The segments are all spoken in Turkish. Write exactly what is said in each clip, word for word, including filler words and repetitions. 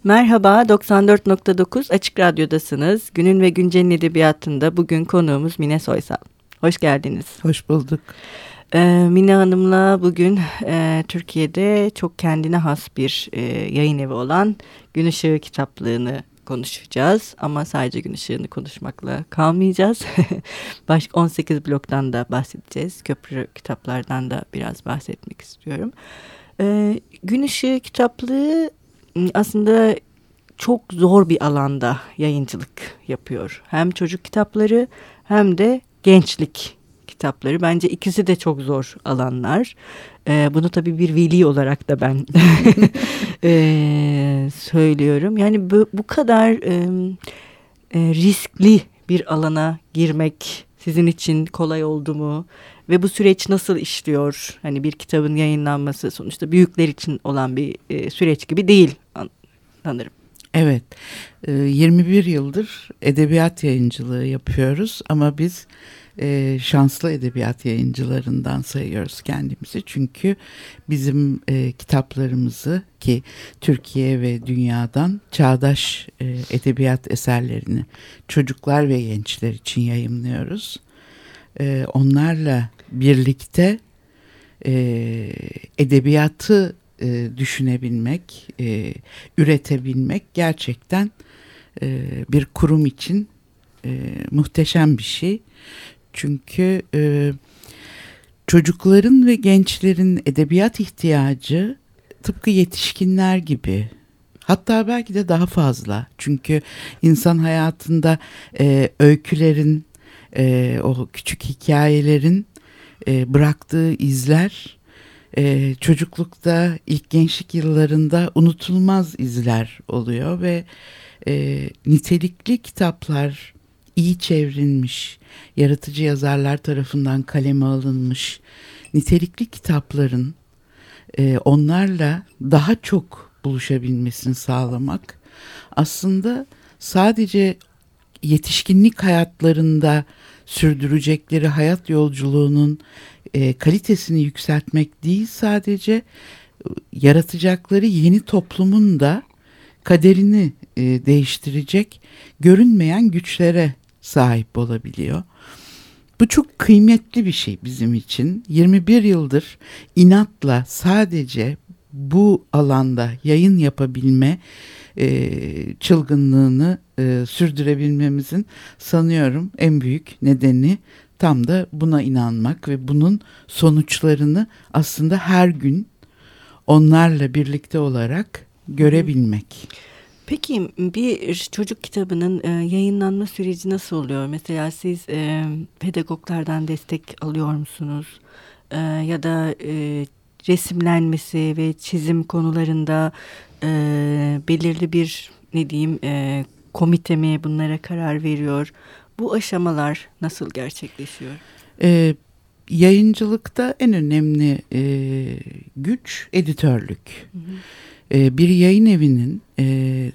Merhaba, doksan dört nokta dokuz Açık Radyo'dasınız. Günün ve Güncel'in edebiyatında bugün konuğumuz Mine Soysal. Hoş geldiniz. Hoş bulduk. Ee, Mine Hanım'la bugün e, Türkiye'de çok kendine has bir e, yayın evi olan Gün Işığı kitaplığını konuşacağız. Ama sadece Gün Işığı'nı konuşmakla kalmayacağız. Başka on sekiz bloktan da bahsedeceğiz. Köprü kitaplardan da biraz bahsetmek istiyorum. Ee, Gün Işığı kitaplığı aslında çok zor bir alanda yayıncılık yapıyor. Hem çocuk kitapları hem de gençlik kitapları. Bence ikisi de çok zor alanlar. Ee, bunu tabii bir veli olarak da ben ee, söylüyorum. Yani bu, bu kadar e, e, riskli bir alana girmek sizin için kolay oldu mu? Ve bu süreç nasıl işliyor? Hani bir kitabın yayınlanması sonuçta büyükler için olan bir e, süreç gibi değil sanırım. Evet, yirmi bir yıldır edebiyat yayıncılığı yapıyoruz ama biz e, şanslı edebiyat yayıncılarından sayıyoruz kendimizi. Çünkü bizim e, kitaplarımızı, ki Türkiye ve dünyadan çağdaş e, edebiyat eserlerini çocuklar ve gençler için yayımlıyoruz. E, onlarla birlikte e, edebiyatı e, düşünebilmek, e, üretebilmek gerçekten e, bir kurum için e, muhteşem bir şey. Çünkü e, çocukların ve gençlerin edebiyat ihtiyacı tıpkı yetişkinler gibi. Hatta belki de daha fazla. Çünkü insan hayatında e, öykülerin, e, o küçük hikayelerin e, bıraktığı izler, e, çocuklukta, ilk gençlik yıllarında unutulmaz izler oluyor ve e, nitelikli kitaplar, iyi çevrilmiş, yaratıcı yazarlar tarafından kaleme alınmış nitelikli kitapların e, onlarla daha çok buluşabilmesini sağlamak aslında sadece yetişkinlik hayatlarında sürdürecekleri hayat yolculuğunun e, kalitesini yükseltmek değil, sadece e, yaratacakları yeni toplumun da kaderini e, değiştirecek görünmeyen güçlere sahip olabiliyor. Bu çok kıymetli bir şey bizim için. yirmi bir yıldır inatla sadece bu alanda yayın yapabilme e, çılgınlığını e, sürdürebilmemizin sanıyorum en büyük nedeni tam da buna inanmak ve bunun sonuçlarını aslında her gün onlarla birlikte olarak görebilmek. Peki bir çocuk kitabının e, yayınlanma süreci nasıl oluyor? Mesela siz e, pedagoglardan destek alıyor musunuz? E, ya da e, resimlenmesi ve çizim konularında e, belirli bir ne diyeyim e, komite mi bunlara karar veriyor? Bu aşamalar nasıl gerçekleşiyor? E, yayıncılıkta en önemli e, güç editörlük. Hı hı. E, bir yayın evinin e,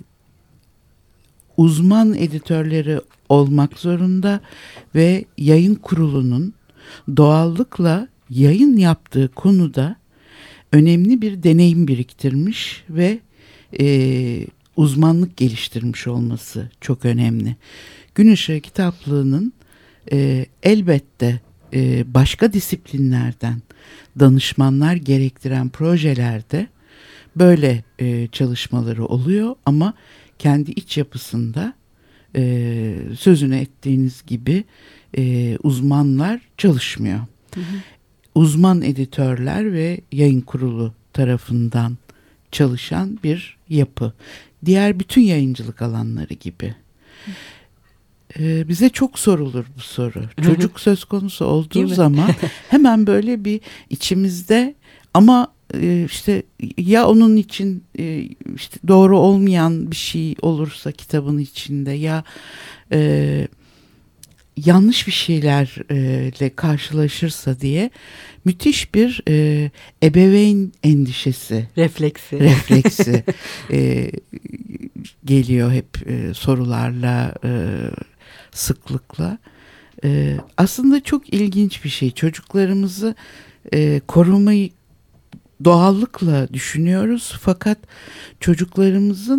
uzman editörleri olmak zorunda ve yayın kurulunun doğallıkla yayın yaptığı konuda önemli bir deneyim biriktirmiş ve e, uzmanlık geliştirmiş olması çok önemli. Gün Işığı kitaplığının e, elbette e, başka disiplinlerden danışmanlar gerektiren projelerde böyle e, çalışmaları oluyor ama kendi iç yapısında e, sözünü ettiğiniz gibi e, uzmanlar çalışmıyor. Hı hı. Uzman editörler ve yayın kurulu tarafından çalışan bir yapı. Diğer bütün yayıncılık alanları gibi. Ee, bize çok sorulur bu soru. Hı hı. Çocuk söz konusu olduğu zaman hemen böyle bir içimizde ama e, işte ya onun için e, işte doğru olmayan bir şey olursa kitabın içinde ya e, yanlış bir şeylerle karşılaşırsa diye müthiş bir e, ebeveyn endişesi, refleksi, refleksi e, geliyor hep e, sorularla, e, sıklıkla. E, aslında çok ilginç bir şey. Çocuklarımızı e, korumayı doğallıkla düşünüyoruz fakat çocuklarımızın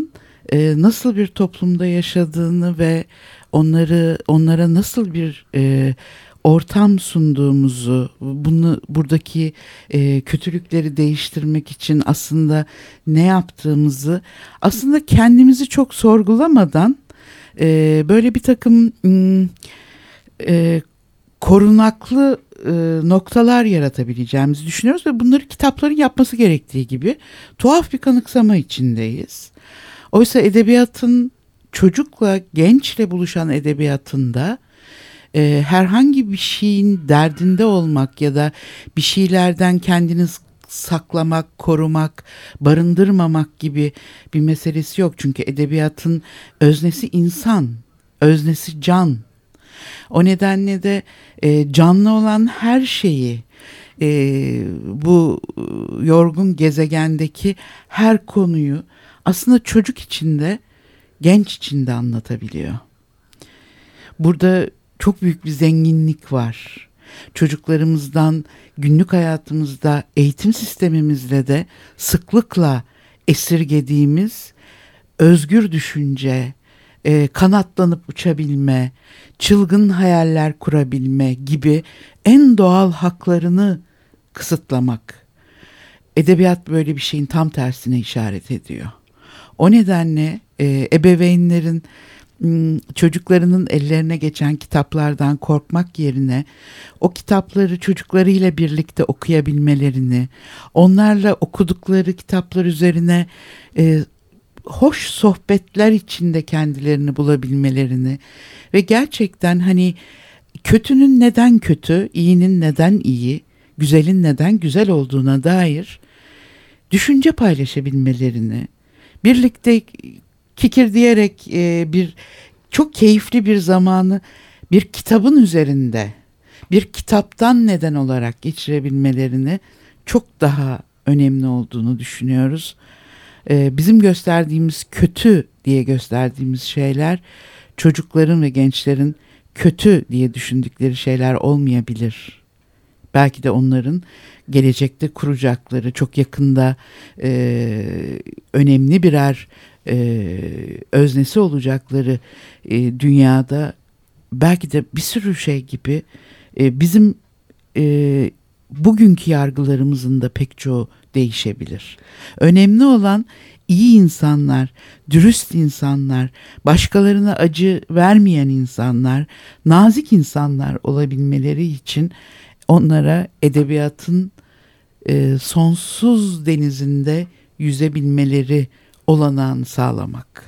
e, nasıl bir toplumda yaşadığını ve onları onlara nasıl bir e, ortam sunduğumuzu, bunu buradaki e, kötülükleri değiştirmek için aslında ne yaptığımızı, aslında kendimizi çok sorgulamadan e, böyle bir takım m, e, korunaklı e, noktalar yaratabileceğimizi düşünüyoruz ve bunları kitapların yapması gerektiği gibi tuhaf bir kanıksama içindeyiz. Oysa edebiyatın, çocukla, gençle buluşan edebiyatında e, herhangi bir şeyin derdinde olmak ya da bir şeylerden kendini saklamak, korumak, barındırmamak gibi bir meselesi yok. Çünkü edebiyatın öznesi insan, öznesi can. O nedenle de e, canlı olan her şeyi, e, bu yorgun gezegendeki her konuyu aslında çocuk içinde, genç içinde anlatabiliyor. Burada çok büyük bir zenginlik var. Çocuklarımızdan günlük hayatımızda, eğitim sistemimizle de sıklıkla esirgediğimiz özgür düşünce, e, kanatlanıp uçabilme, çılgın hayaller kurabilme gibi en doğal haklarını kısıtlamak. Edebiyat böyle bir şeyin tam tersine işaret ediyor. O nedenle e, ebeveynlerin çocuklarının ellerine geçen kitaplardan korkmak yerine o kitapları çocuklarıyla birlikte okuyabilmelerini, onlarla okudukları kitaplar üzerine e, hoş sohbetler içinde kendilerini bulabilmelerini ve gerçekten hani kötünün neden kötü, iyinin neden iyi, güzelin neden güzel olduğuna dair düşünce paylaşabilmelerini, birlikte kikirdeyerek e, bir çok keyifli bir zamanı bir kitabın üzerinde, bir kitaptan neden olarak geçirebilmelerini çok daha önemli olduğunu düşünüyoruz. E, bizim gösterdiğimiz kötü diye gösterdiğimiz şeyler çocukların ve gençlerin kötü diye düşündükleri şeyler olmayabilir. Belki de onların gelecekte kuracakları, çok yakında e, önemli birer e, öznesi olacakları e, dünyada belki de bir sürü şey gibi e, bizim e, bugünkü yargılarımızın da pek çoğu değişebilir. Önemli olan iyi insanlar, dürüst insanlar, başkalarına acı vermeyen insanlar, nazik insanlar olabilmeleri için onlara edebiyatın e, sonsuz denizinde yüzebilmeleri olanağını sağlamak.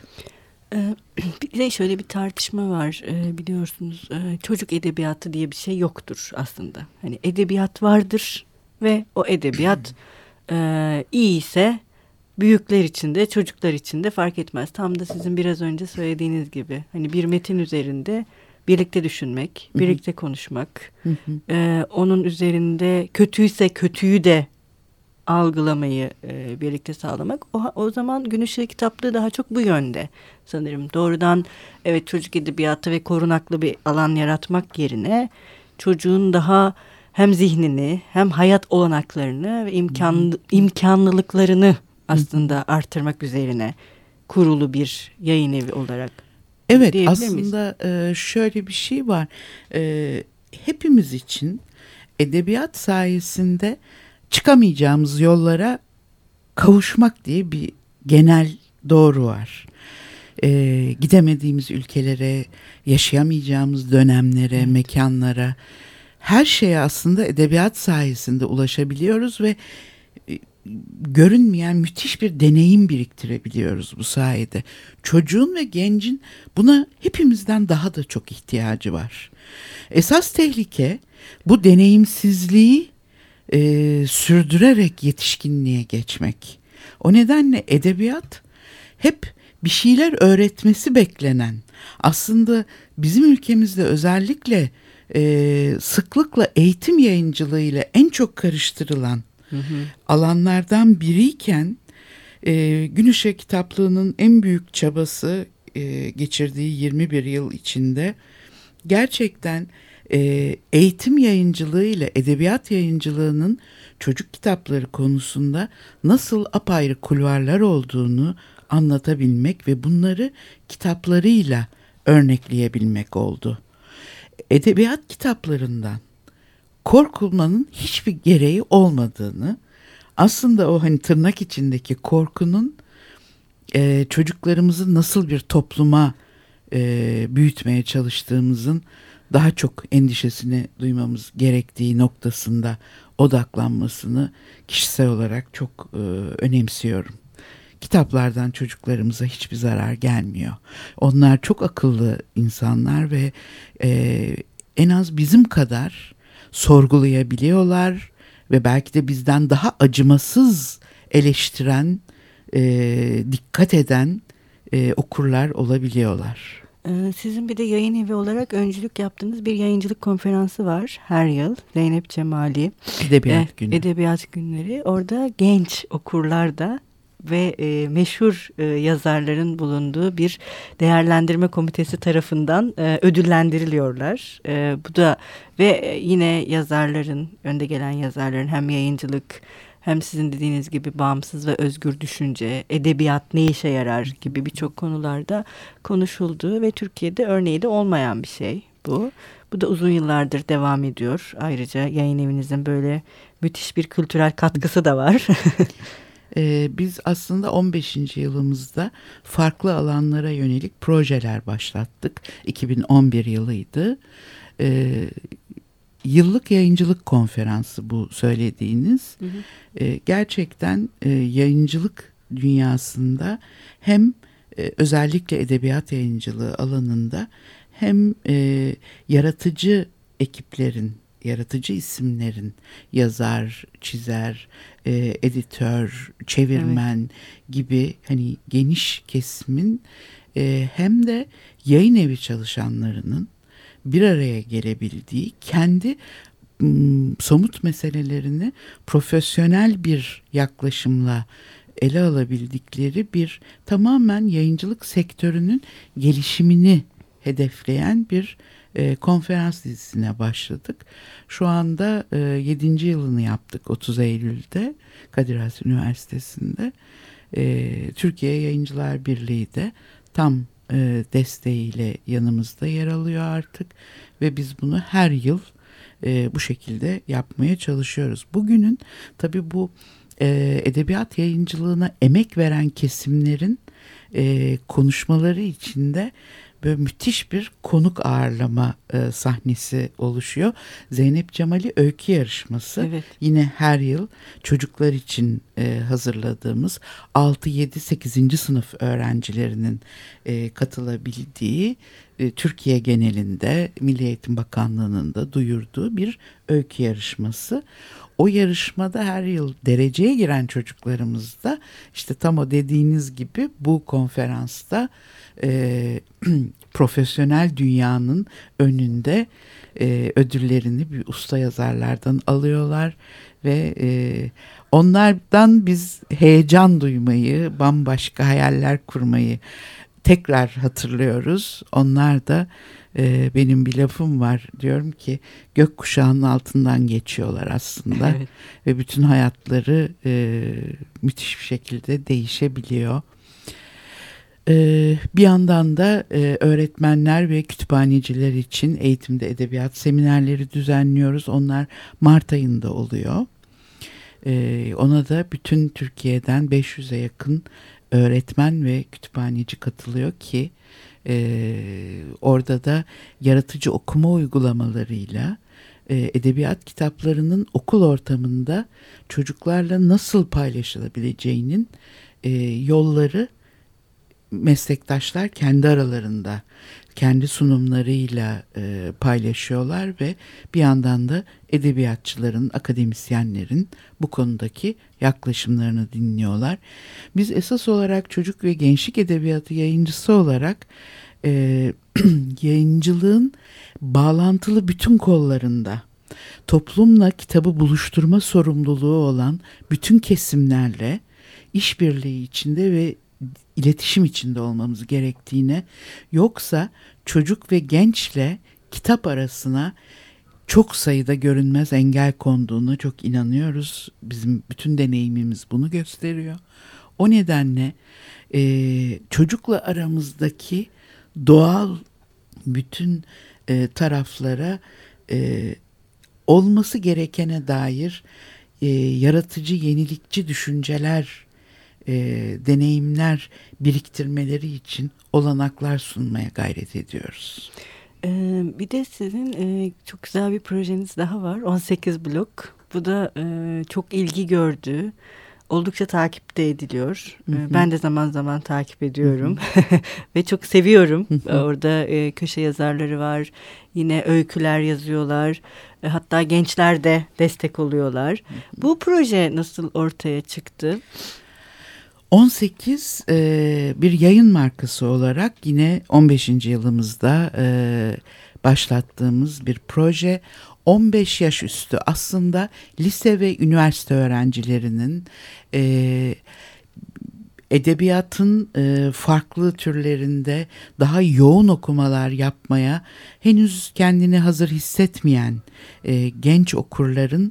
Bir de şöyle bir tartışma var, biliyorsunuz, çocuk edebiyatı diye bir şey yoktur aslında. Hani edebiyat vardır ve o edebiyat iyi ise büyükler için de çocuklar için de fark etmez. Tam da sizin biraz önce söylediğiniz gibi hani bir metin üzerinde birlikte düşünmek, birlikte konuşmak, onun üzerinde kötüyse kötüyü de algılamayı e, birlikte sağlamak. O, o zaman Gün Işığı kitaplığı daha çok bu yönde sanırım. Doğrudan evet çocuk edebiyatı ve korunaklı bir alan yaratmak yerine çocuğun daha hem zihnini hem hayat olanaklarını ve imkan, imkanlılıklarını aslında artırmak üzerine kurulu bir yayın evi olarak. Evet, aslında e, şöyle bir şey var. E, hepimiz için edebiyat sayesinde çıkamayacağımız yollara kavuşmak diye bir genel doğru var. Ee, gidemediğimiz ülkelere, yaşayamayacağımız dönemlere, evet, mekanlara, her şeye aslında edebiyat sayesinde ulaşabiliyoruz ve e, görünmeyen müthiş bir deneyim biriktirebiliyoruz bu sayede. Çocuğun ve gencin buna hepimizden daha da çok ihtiyacı var. Esas tehlike bu deneyimsizliği E, sürdürerek yetişkinliğe geçmek. O nedenle edebiyat hep bir şeyler öğretmesi beklenen, aslında bizim ülkemizde özellikle e, sıklıkla eğitim yayıncılığıyla en çok karıştırılan hı hı. alanlardan biriyken e, Gün Işığı kitaplığının en büyük çabası e, geçirdiği yirmi bir yıl içinde gerçekten E, eğitim yayıncılığı ile edebiyat yayıncılığının çocuk kitapları konusunda nasıl apayrı kulvarlar olduğunu anlatabilmek ve bunları kitaplarıyla örnekleyebilmek oldu. Edebiyat kitaplarından korkulmanın hiçbir gereği olmadığını, aslında o hani tırnak içindeki korkunun e, çocuklarımızı nasıl bir topluma e, büyütmeye çalıştığımızın daha çok endişesini duymamız gerektiği noktasında odaklanmasını kişisel olarak çok e, önemsiyorum. Kitaplardan çocuklarımıza hiçbir zarar gelmiyor. Onlar çok akıllı insanlar ve e, en az bizim kadar sorgulayabiliyorlar ve belki de bizden daha acımasız eleştiren, e, dikkat eden e, okurlar olabiliyorlar. Sizin bir de yayın evi olarak öncülük yaptığınız bir yayıncılık konferansı var her yıl. Zeynep Cemali Edebiyat e, Günü. Edebiyat Günleri. Orada genç okurlar da ve e, meşhur e, yazarların bulunduğu bir değerlendirme komitesi tarafından e, ödüllendiriliyorlar. E, bu da ve yine yazarların, önde gelen yazarların hem yayıncılık hem sizin dediğiniz gibi bağımsız ve özgür düşünce, edebiyat ne işe yarar gibi birçok konularda konuşulduğu ve Türkiye'de örneği de olmayan bir şey bu. Bu da uzun yıllardır devam ediyor. Ayrıca yayın evinizin böyle müthiş bir kültürel katkısı da var. Ee, biz aslında on beşinci yılımızda farklı alanlara yönelik projeler başlattık. iki bin on bir yılıydı. Ee, yıllık yayıncılık konferansı bu söylediğiniz. Hı hı. Ee, gerçekten e, yayıncılık dünyasında hem e, özellikle edebiyat yayıncılığı alanında hem e, yaratıcı ekiplerin, yaratıcı isimlerin, yazar, çizer, e, editör, çevirmen evet. gibi hani geniş kesimin e, hem de yayın evi çalışanlarının bir araya gelebildiği, kendi m, somut meselelerini profesyonel bir yaklaşımla ele alabildikleri bir tamamen yayıncılık sektörünün gelişimini hedefleyen bir e, konferans dizisine başladık. Şu anda e, yedinci yılını yaptık otuz Eylül'de Kadir Has Üniversitesi'nde. E, Türkiye Yayıncılar Birliği de tam e, desteğiyle yanımızda yer alıyor artık ve biz bunu her yıl e, bu şekilde yapmaya çalışıyoruz. Bugünün tabii bu e, edebiyat yayıncılığına emek veren kesimlerin e, konuşmaları içinde böyle müthiş bir konuk ağırlama e, sahnesi oluşuyor. Zeynep Cemali öykü yarışması. Evet. Yine her yıl çocuklar için e, hazırladığımız altı yedi sekizinci sınıf öğrencilerinin e, katılabildiği e, Türkiye genelinde Milli Eğitim Bakanlığı'nın da duyurduğu bir öykü yarışması. O yarışmada her yıl dereceye giren çocuklarımız da işte tam o dediğiniz gibi bu konferansta e, profesyonel dünyanın önünde e, ödüllerini bir usta yazarlardan alıyorlar ve e, onlardan biz heyecan duymayı, bambaşka hayaller kurmayı tekrar hatırlıyoruz. Onlar da e, benim bir lafım var, diyorum ki gökkuşağının altından geçiyorlar aslında. Evet. Ve bütün hayatları e, müthiş bir şekilde değişebiliyor. Ee, bir yandan da e, öğretmenler ve kütüphaneciler için eğitimde edebiyat seminerleri düzenliyoruz. Onlar Mart ayında oluyor. Ee, ona da bütün Türkiye'den beş yüze yakın öğretmen ve kütüphaneci katılıyor ki e, orada da yaratıcı okuma uygulamalarıyla e, edebiyat kitaplarının okul ortamında çocuklarla nasıl paylaşılabileceğinin e, yolları meslektaşlar kendi aralarında kendi sunumlarıyla e, paylaşıyorlar ve bir yandan da edebiyatçıların, akademisyenlerin bu konudaki yaklaşımlarını dinliyorlar. Biz esas olarak çocuk ve gençlik edebiyatı yayıncısı olarak e, yayıncılığın bağlantılı bütün kollarında toplumla kitabı buluşturma sorumluluğu olan bütün kesimlerle işbirliği içinde ve iletişim içinde olmamız gerektiğine, yoksa çocuk ve gençle kitap arasına çok sayıda görünmez engel konduğuna çok inanıyoruz. Bizim bütün deneyimimiz bunu gösteriyor. O nedenle e, çocukla aramızdaki doğal bütün e, taraflara e, olması gerekene dair e, yaratıcı, yenilikçi düşünceler, e, deneyimler biriktirmeleri için olanaklar sunmaya gayret ediyoruz. Ee, bir de sizin e, çok güzel bir projeniz daha var. on sekiz blok. Bu da e, çok ilgi gördü. Oldukça takip de ediliyor. Hı hı. Ben de zaman zaman takip ediyorum. Hı hı. Ve çok seviyorum. Hı hı. Orada e, köşe yazarları var. Yine öyküler yazıyorlar. E, hatta gençler de destek oluyorlar. Hı hı. Bu proje nasıl ortaya çıktı? on sekiz e, bir yayın markası olarak yine on beşinci yılımızda e, başlattığımız bir proje. on beş yaş üstü aslında lise ve üniversite öğrencilerinin e, edebiyatın e, farklı türlerinde daha yoğun okumalar yapmaya henüz kendini hazır hissetmeyen e, genç okurların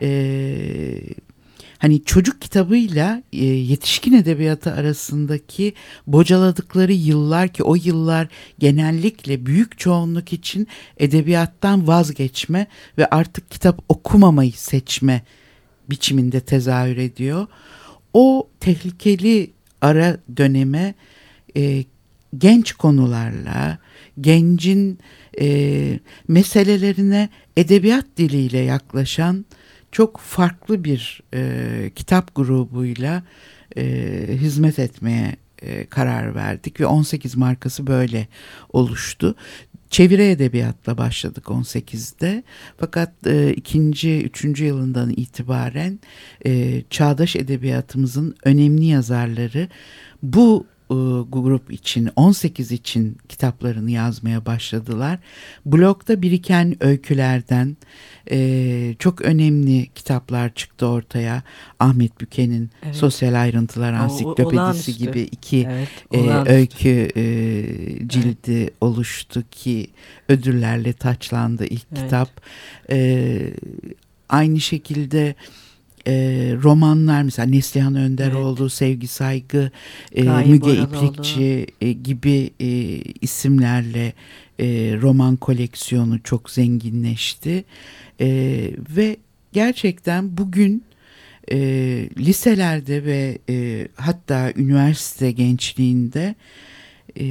e, hani çocuk kitabıyla e, yetişkin edebiyatı arasındaki bocaladıkları yıllar, ki o yıllar genellikle büyük çoğunluk için edebiyattan vazgeçme ve artık kitap okumamayı seçme biçiminde tezahür ediyor. O tehlikeli ara döneme e, genç konularla, gencin e, meselelerine edebiyat diliyle yaklaşan çok farklı bir e, kitap grubuyla e, hizmet etmeye e, karar verdik ve on sekiz markası böyle oluştu. Çeviri edebiyatla başladık on sekizde, fakat e, ikinci, üçüncü yılından itibaren e, çağdaş edebiyatımızın önemli yazarları bu e, grup için, on sekiz için kitaplarını yazmaya başladılar. Blogda biriken öykülerden e, çok önemli kitaplar çıktı ortaya. Ahmet Büke'nin evet. Sosyal Ayrıntılar Ansiklopedisi gibi iki evet, e, öykü e, cildi evet. oluştu ki ödüllerle taçlandı ilk evet. kitap. E, aynı şekilde E, romanlar, mesela Neslihan Önderoğlu, evet. Sevgi Saygı, e, Müge İplikçi e, gibi e, isimlerle e, roman koleksiyonu çok zenginleşti. E, ve gerçekten bugün e, liselerde ve e, hatta üniversite gençliğinde e,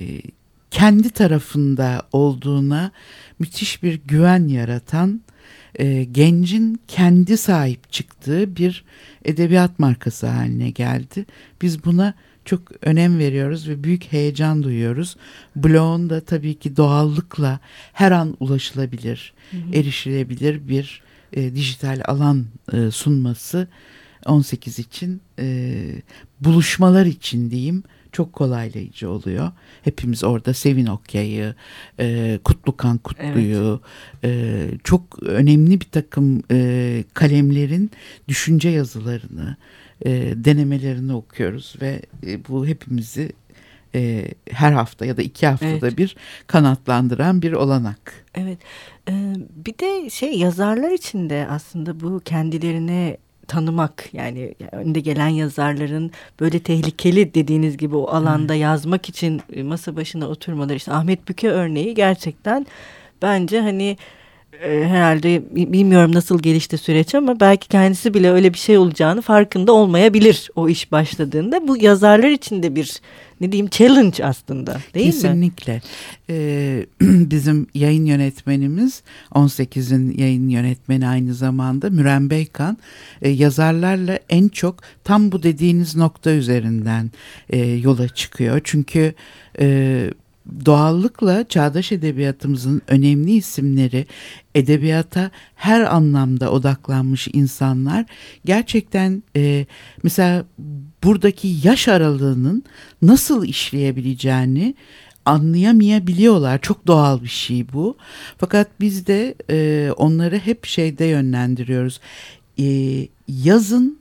kendi tarafında olduğuna müthiş bir güven yaratan, E, gencin kendi sahip çıktığı bir edebiyat markası haline geldi. Biz buna çok önem veriyoruz ve büyük heyecan duyuyoruz. Blog'un da tabii ki doğallıkla her an ulaşılabilir, hı hı. erişilebilir bir e, dijital alan e, sunması on sekiz için, e, buluşmalar için diyeyim, çok kolaylayıcı oluyor. Hepimiz orada Sevin Okyay'ı, e, Kutlukan Kutlu'yu, evet. e, çok önemli bir takım e, kalemlerin düşünce yazılarını, e, denemelerini okuyoruz ve e, bu hepimizi e, her hafta ya da iki haftada evet. bir kanatlandıran bir olanak. Evet. Ee, bir de şey, yazarlar için de aslında bu kendilerine tanımak, yani önde gelen yazarların böyle tehlikeli dediğiniz gibi o alanda hmm. yazmak için masa başına oturmaları, işte Ahmet Büke örneği gerçekten bence hani e, herhalde bilmiyorum nasıl gelişti süreç ama belki kendisi bile öyle bir şey olacağını farkında olmayabilir o iş başladığında. Bu yazarlar için de bir, ne diyeyim, challenge aslında, değil Kesinlikle. mi? Kesinlikle. Ee, bizim yayın yönetmenimiz, on sekizin yayın yönetmeni aynı zamanda Müren Beykan, e, yazarlarla en çok tam bu dediğiniz nokta üzerinden e, yola çıkıyor. Çünkü e, doğallıkla çağdaş edebiyatımızın önemli isimleri, edebiyata her anlamda odaklanmış insanlar gerçekten e, mesela buradaki yaş aralığının nasıl işleyebileceğini anlayamayabiliyorlar. Çok doğal bir şey bu. Fakat biz de e, onları hep şeyde yönlendiriyoruz. E, yazın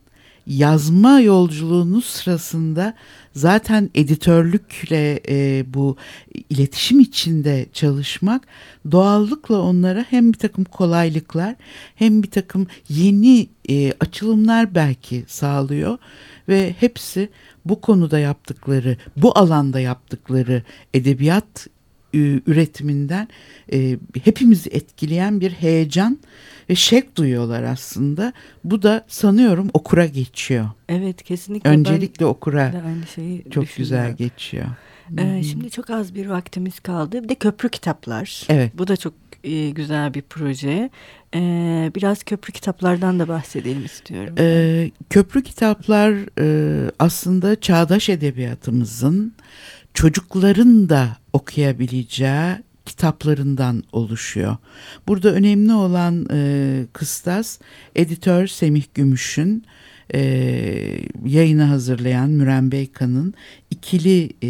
yazma yolculuğunuz sırasında zaten editörlükle e, bu iletişim içinde çalışmak doğallıkla onlara hem bir takım kolaylıklar hem bir takım yeni e, açılımlar belki sağlıyor ve hepsi bu konuda yaptıkları, bu alanda yaptıkları edebiyat üretiminden e, hepimizi etkileyen bir heyecan ve şevk duyuyorlar aslında. Bu da sanıyorum okura geçiyor. Evet, kesinlikle. Öncelikle okura aynı şeyi çok güzel geçiyor. Ee, şimdi çok az bir vaktimiz kaldı. Bir de köprü kitaplar. Evet. Bu da çok e, güzel bir proje. Ee, biraz köprü kitaplardan da bahsedelim istiyorum. Ee, köprü kitaplar e, aslında çağdaş edebiyatımızın çocukların da okuyabileceği kitaplarından oluşuyor. Burada önemli olan e, kıstas editör Semih Gümüş'ün e, yayını hazırlayan Müren Beykan'ın ikili e,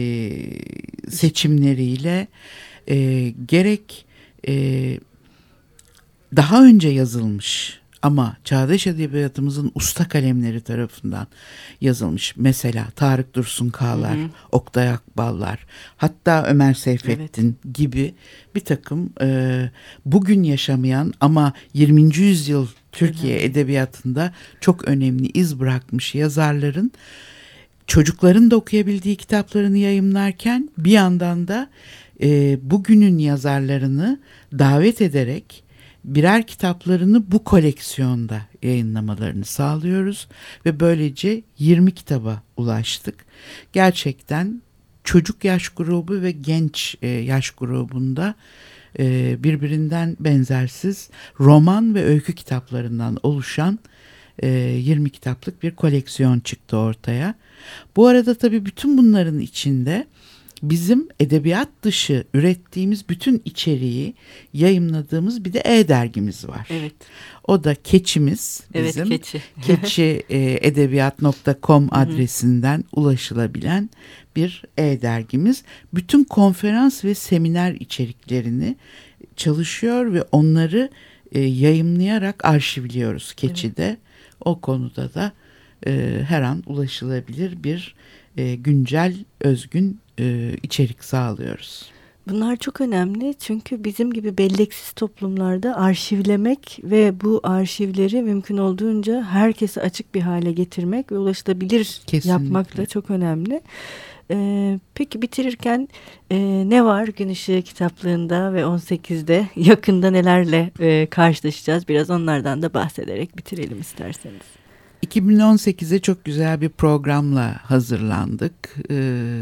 seçimleriyle e, gerek e, daha önce yazılmış ama çağdaş edebiyatımızın usta kalemleri tarafından yazılmış. Mesela Tarık Dursun Kağlar, hı hı. Oktay Akballar, hatta Ömer Seyfettin, evet. gibi bir takım e, bugün yaşamayan ama yirminci yüzyıl Türkiye evet. edebiyatında çok önemli iz bırakmış yazarların çocukların da okuyabildiği kitaplarını yayımlarken bir yandan da e, bugünün yazarlarını davet ederek birer kitaplarını bu koleksiyonda yayınlamalarını sağlıyoruz ve böylece yirmi kitaba ulaştık. Gerçekten çocuk yaş grubu ve genç e, yaş grubunda e, birbirinden benzersiz roman ve öykü kitaplarından oluşan e, yirmi kitaplık bir koleksiyon çıktı ortaya. Bu arada tabii bütün bunların içinde bizim edebiyat dışı ürettiğimiz bütün içeriği yayımladığımız bir de e-dergimiz var. Evet. O da Keçimiz bizim. Evet, Keçi. keçi edebiyat nokta com adresinden ulaşılabilen bir e-dergimiz. Bütün konferans ve seminer içeriklerini çalışıyor ve onları e, yayımlayarak arşivliyoruz Keçi'de. Evet. O konuda da e, her an ulaşılabilir bir e, güncel, özgün e, içerik sağlıyoruz. Bunlar çok önemli çünkü bizim gibi belleksiz toplumlarda arşivlemek ve bu arşivleri mümkün olduğunca herkese açık bir hale getirmek ve ulaşılabilir Kesinlikle. yapmak da çok önemli. Ee, peki bitirirken e, ne var Gün Işığı kitaplığında ve on sekizde yakında nelerle e, karşılaşacağız? Biraz onlardan da bahsederek bitirelim isterseniz. iki bin on sekize çok güzel bir programla hazırlandık. Ee,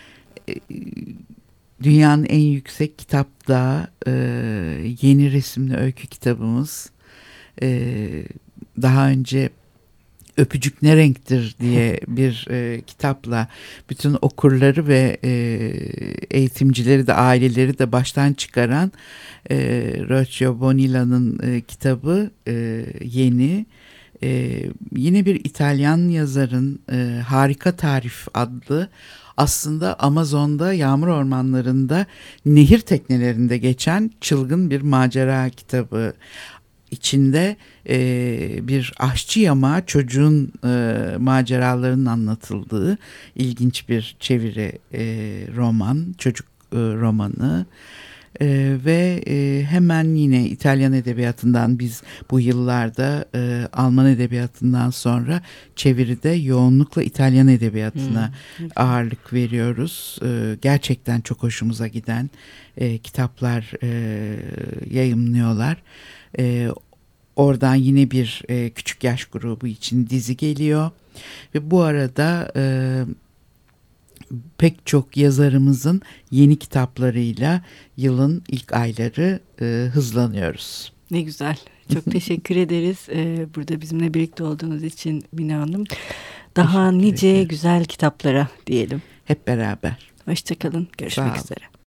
dünyanın en yüksek kitap dağı, e, yeni resimli öykü kitabımız. E, daha önce Öpücük Ne Renktir diye bir e, kitapla bütün okurları ve e, eğitimcileri de aileleri de baştan çıkaran e, Rocio Bonilla'nın e, kitabı e, yeni. E, yine bir İtalyan yazarın e, Harika Tarif adlı, aslında Amazon'da yağmur ormanlarında nehir teknelerinde geçen çılgın bir macera kitabı. İçinde e, bir aşçı yamağı çocuğun e, maceralarının anlatıldığı ilginç bir çeviri e, roman, çocuk e, romanı. Ee, ve e, hemen yine İtalyan edebiyatından biz bu yıllarda e, Alman edebiyatından sonra çeviride yoğunlukla İtalyan edebiyatına hmm. ağırlık veriyoruz. E, gerçekten çok hoşumuza giden e, kitaplar e, yayımlıyorlar. E, oradan yine bir e, küçük yaş grubu için dizi geliyor ve bu arada E, pek çok yazarımızın yeni kitaplarıyla yılın ilk ayları e, hızlanıyoruz. Ne güzel. Çok teşekkür ederiz. Ee, burada bizimle birlikte olduğunuz için Mine Hanım. Daha teşekkür nice ederim. Güzel kitaplara diyelim. Hep beraber. Hoşça kalın. Görüşmek üzere.